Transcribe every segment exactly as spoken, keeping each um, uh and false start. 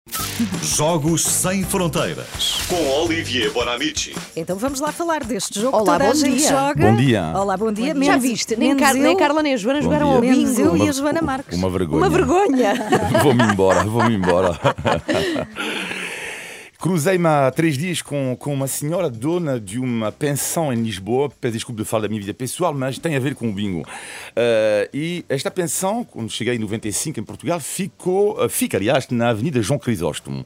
Jogos Sem Fronteiras, com Olivier Bonamici. Então vamos lá falar deste jogo. Olá, Toda bom a gente dia. joga. Bom dia. Olá, bom dia. Já Menos- viste? Nem, menos Car nem eu, a Carla nem a Joana Bom jogaram dia. ao Menos bingo. eu e Uma- a Joana Marques. Uma vergonha. Uma vergonha. Vou-me embora, vou-me embora. Cruzei-me há três dias com, com uma senhora dona de uma pensão em Lisboa. Peço desculpa de falar da minha vida pessoal, mas tem a ver com o bingo. Uh, e esta pensão, quando cheguei em noventa e cinco em Portugal, ficou, uh, fica, aliás, na Avenida João Crisóstomo.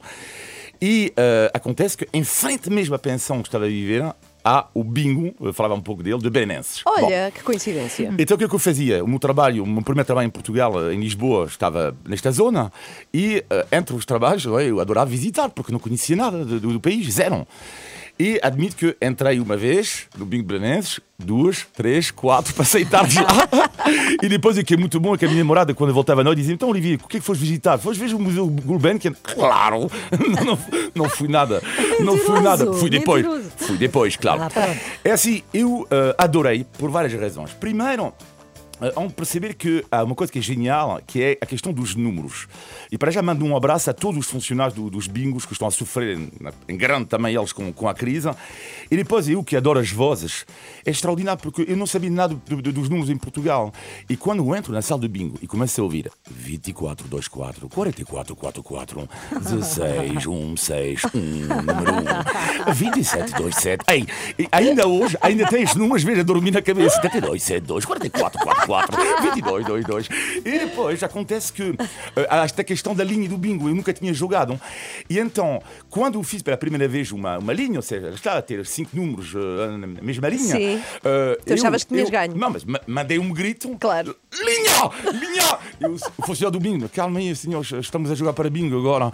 E uh, acontece que, em frente mesmo à pensão que estava a viver, há o bingo, eu falava um pouco dele, de Belenenses. Olha, que coincidência. Então o que é que eu fazia? O meu trabalho, o meu primeiro trabalho em Portugal, em Lisboa, estava nesta zona e uh, entre os trabalhos eu adorava visitar porque não conhecia nada do, do país, zero. E admito que entrei uma vez no bingo Belenenses, duas, três, quatro, passei tarde lá. E depois o que é muito bom é que a minha namorada, quando eu voltava à noite, dizia: então Olivier, o que é que foste visitar? Foste ver o Museu Gulbenkian? Claro! Não, não, não fui nada. Não fui nada. Fui depois. Mentiroso. Fui depois, claro. Ah, pronto. É assim, eu uh, adorei por várias razões. Primeiro, Uh, há de perceber que há uma coisa que é genial, que é a questão dos números. E para já mando um abraço a todos os funcionários do, dos bingos que estão a sofrer, em, em grande também eles, com, com a crise. E depois eu que adoro as vozes, é extraordinário porque eu não sabia nada do, do, dos números em Portugal. E quando eu entro na sala de bingo e começo a ouvir vinte e quatro, vinte e quatro, quarenta e quatro, quarenta e quatro, dezesseis, um, seis, um, número um, vinte e sete, vinte e sete. Ei, e ainda hoje, ainda tens números, veja, a dormir na cabeça. setenta e dois, setenta e dois, quarenta e quatro, quarenta e quatro, vinte e dois, vinte e dois. E depois acontece que uh, há esta questão da linha do bingo, eu nunca tinha jogado. E então, quando eu fiz pela primeira vez uma, uma linha, ou seja, está a ter cinco números uh, na mesma linha. Sim. Uh, Tu achavas que tinhas eu, ganho. Não, mas ma- mandei um grito. Claro. Linha! Linha! Eu, o funcionário do bingo, calma aí, senhores, estamos a jogar para bingo agora.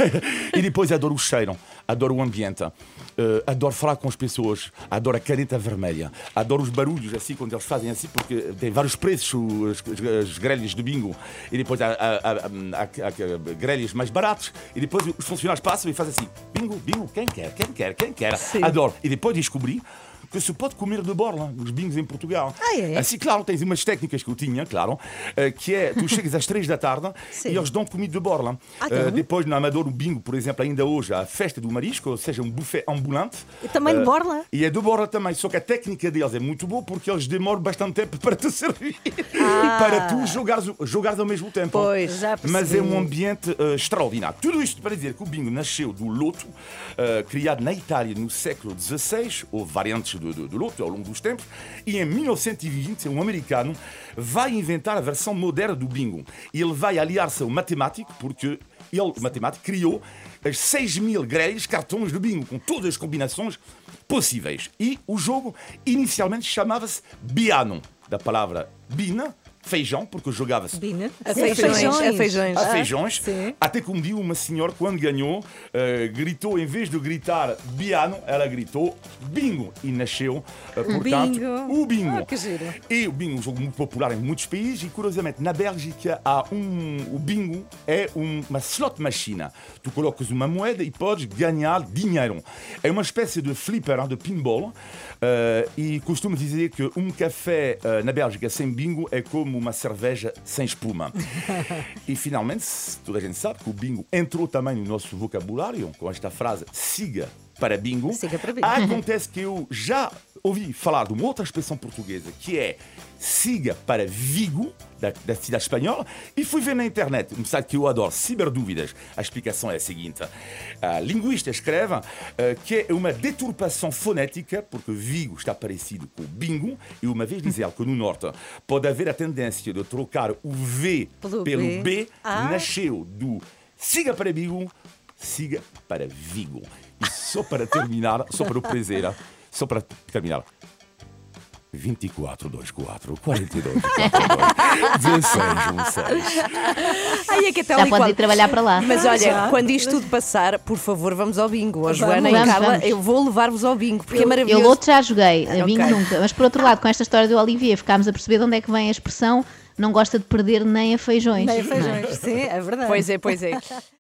E depois adoro o cheiro, adoro o ambiente, uh, adoro falar com as pessoas, adoro a caneta vermelha, adoro os barulhos assim, quando eles fazem assim, porque tem vários preços, os- as, as grelhas de bingo, e depois há, há, há, há, há grelhas mais baratas, e depois os funcionários passam e fazem assim: bingo, bingo, quem quer, quem quer, quem quer. Sim. Adoro. E depois descobri que se pode comer de borla nos bingos em Portugal. Ah, é? Assim, claro, tens umas técnicas que eu tinha, claro, eh, que é, tu chegas às três da tarde Sim. e eles dão comida de borla. Ah, Eh, então? depois, no Amador, o bingo, por exemplo, ainda hoje, há a festa do marisco, ou seja, um buffet ambulante. E também de Eh, borla? E é de borla também, só que a técnica deles é muito boa porque eles demoram bastante tempo para te servir, Ah. para tu jogares, jogares ao mesmo tempo. Pois. Já percebi. Mas é um ambiente uh, extraordinário. Tudo isto para dizer que o bingo nasceu do loto, uh, criado na Itália no século dezesseis, houve variantes do, do, do loto ao longo dos tempos, e em mil novecentos e vinte um americano vai inventar a versão moderna do bingo. E ele vai aliar-se ao matemático, porque ele, o matemático, criou as seis mil grelhas, cartões do bingo, com todas as combinações possíveis. E o jogo inicialmente chamava-se Biano, da palavra bina, feijão, porque jogava-se Bina. A Sim, feijões. A feijões. a Ah, feijões, sim. até que um dia uma senhora, quando ganhou, eh, gritou, em vez de gritar biano, ela gritou bingo e nasceu, eh, portanto, bingo. o bingo. Ah, que giro. E o bingo é um jogo muito popular em muitos países e, curiosamente, na Bélgica há um, o bingo é um- uma slot machine. Tu colocas uma moeda e podes ganhar dinheiro. É uma espécie de flipper, de pinball, eh, e costumo dizer que um café eh, na Bélgica sem bingo é como uma cerveja sem espuma. E finalmente, toda a gente sabe que o bingo entrou também no nosso vocabulário com esta frase: siga para bingo. Siga para bingo. Acontece que eu já ouvi falar de uma outra expressão portuguesa que é siga para Vigo, da, da cidade espanhola, e fui ver na internet um site que eu adoro, Ciberdúvidas. A explicação é a seguinte: a linguista escreve uh, que é uma deturpação fonética, porque Vigo está parecido com o bingo, e uma vez diz ela que no norte pode haver a tendência de trocar o V Pelo pelo, B. B, Ah. nasceu do siga para Vigo, siga para Vigo. E só para terminar, só para o prazer, só para terminar. vinte e quatro, vinte e quatro, quarenta e dois, quarenta e dois, dezesseis, dezesseis. Ai, é que até Já ali pode qual- ir trabalhar para lá. Mas olha, Já. quando isto tudo passar, por favor, vamos ao bingo. A Joana Vamos, e a Carla, vamos. eu vou levar-vos ao bingo, porque é Eu maravilhoso. outro já joguei, a bingo Ok. nunca. Mas por outro lado, com esta história do Olivier, ficámos a perceber de onde é que vem a expressão não gosta de perder nem a feijões. Nem feijões. Sim, é verdade. Pois é, pois é.